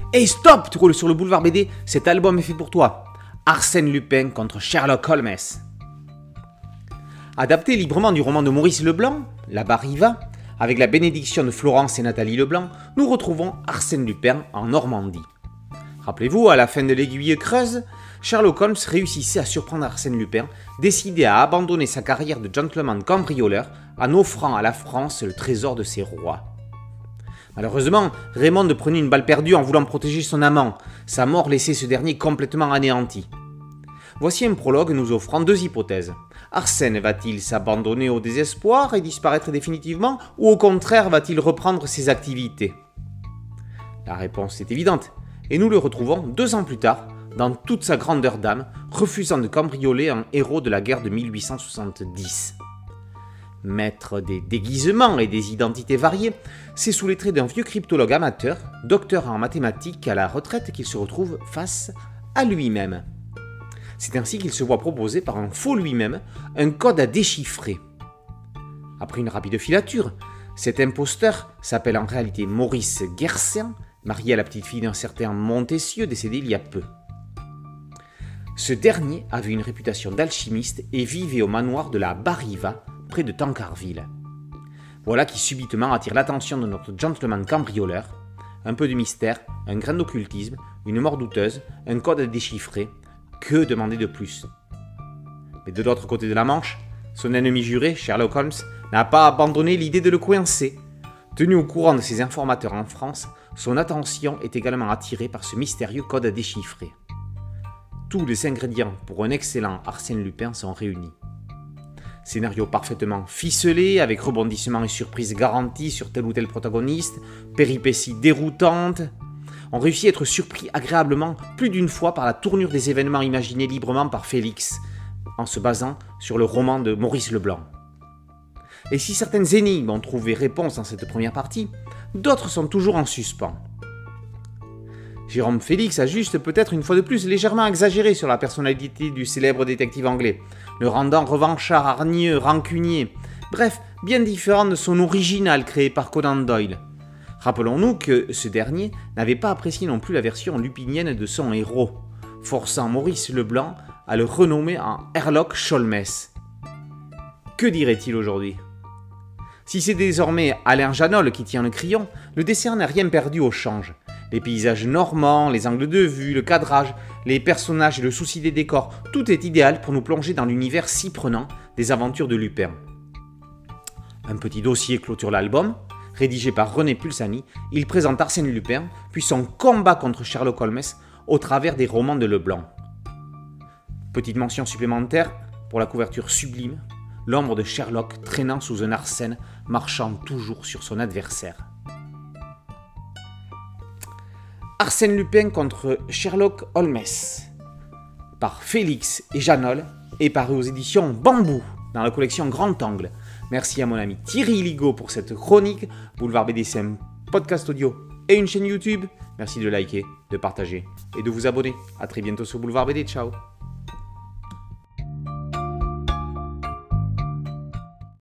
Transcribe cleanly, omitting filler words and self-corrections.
Hey stop, tu roules sur le boulevard BD, cet album est fait pour toi. Arsène Lupin contre Sherlock Holmes. Adapté librement du roman de Maurice Leblanc, La Bariva, avec la bénédiction de Florence et Nathalie Leblanc, nous retrouvons Arsène Lupin en Normandie. Rappelez-vous, à la fin de l'Aiguille creuse, Sherlock Holmes réussissait à surprendre Arsène Lupin, décidé à abandonner sa carrière de gentleman cambrioleur en offrant à la France le trésor de ses rois. Malheureusement, Raymond prenait une balle perdue en voulant protéger son amant. Sa mort laissait ce dernier complètement anéanti. Voici un prologue nous offrant deux hypothèses. Arsène va-t-il s'abandonner au désespoir et disparaître définitivement, ou au contraire va-t-il reprendre ses activités? La réponse est évidente, et nous le retrouvons 2 ans plus tard, dans toute sa grandeur d'âme, refusant de cambrioler un héros de la guerre de 1870. Maître des déguisements et des identités variées, c'est sous les traits d'un vieux cryptologue amateur, docteur en mathématiques à la retraite, qu'il se retrouve face à lui-même. C'est ainsi qu'il se voit proposer par un faux lui-même un code à déchiffrer. Après une rapide filature, cet imposteur s'appelle en réalité Maurice Guercin, marié à la petite fille d'un certain Montessieux décédé il y a peu. Ce dernier avait une réputation d'alchimiste et vivait au manoir de la Bariva, près de Tancarville. Voilà qui subitement attire l'attention de notre gentleman cambrioleur. Un peu de mystère, un grain d'occultisme, une mort douteuse, un code à déchiffrer. Que demander de plus? Mais de l'autre côté de la Manche, son ennemi juré, Sherlock Holmes, n'a pas abandonné l'idée de le coincer. Tenu au courant de ses informateurs en France, son attention est également attirée par ce mystérieux code à déchiffrer. Tous les ingrédients pour un excellent Arsène Lupin sont réunis. Scénario parfaitement ficelé, avec rebondissements et surprises garanties sur tel ou tel protagoniste, péripéties déroutantes. On réussit à être surpris agréablement plus d'une fois par la tournure des événements imaginés librement par Félix, en se basant sur le roman de Maurice Leblanc. Et si certaines énigmes ont trouvé réponse dans cette première partie, d'autres sont toujours en suspens. Jérôme Félix a juste peut-être une fois de plus légèrement exagéré sur la personnalité du célèbre détective anglais, le rendant revanchard, hargneux, rancunier, bref, bien différent de son original créé par Conan Doyle. Rappelons-nous que ce dernier n'avait pas apprécié non plus la version lupinienne de son héros, forçant Maurice Leblanc à le renommer en Sherlock Holmes. Que dirait-il aujourd'hui? Si c'est désormais Alain Janol qui tient le crayon, le dessin n'a rien perdu au change. Les paysages normands, les angles de vue, le cadrage, les personnages et le souci des décors, tout est idéal pour nous plonger dans l'univers si prenant des aventures de Lupin. Un petit dossier clôture l'album. Rédigé par René Pulsani, il présente Arsène Lupin, puis son combat contre Sherlock Holmes au travers des romans de Leblanc. Petite mention supplémentaire pour la couverture sublime, l'ombre de Sherlock traînant sous un Arsène, marchant toujours sur son adversaire. Arsène Lupin contre Sherlock Holmes, par Félix et Janol, est paru aux éditions Bambou, dans la collection Grand Angle. Merci à mon ami Thierry Ligo pour cette chronique. Boulevard BD, c'est un podcast audio et une chaîne YouTube. Merci de liker, de partager et de vous abonner. A très bientôt sur Boulevard BD. Ciao.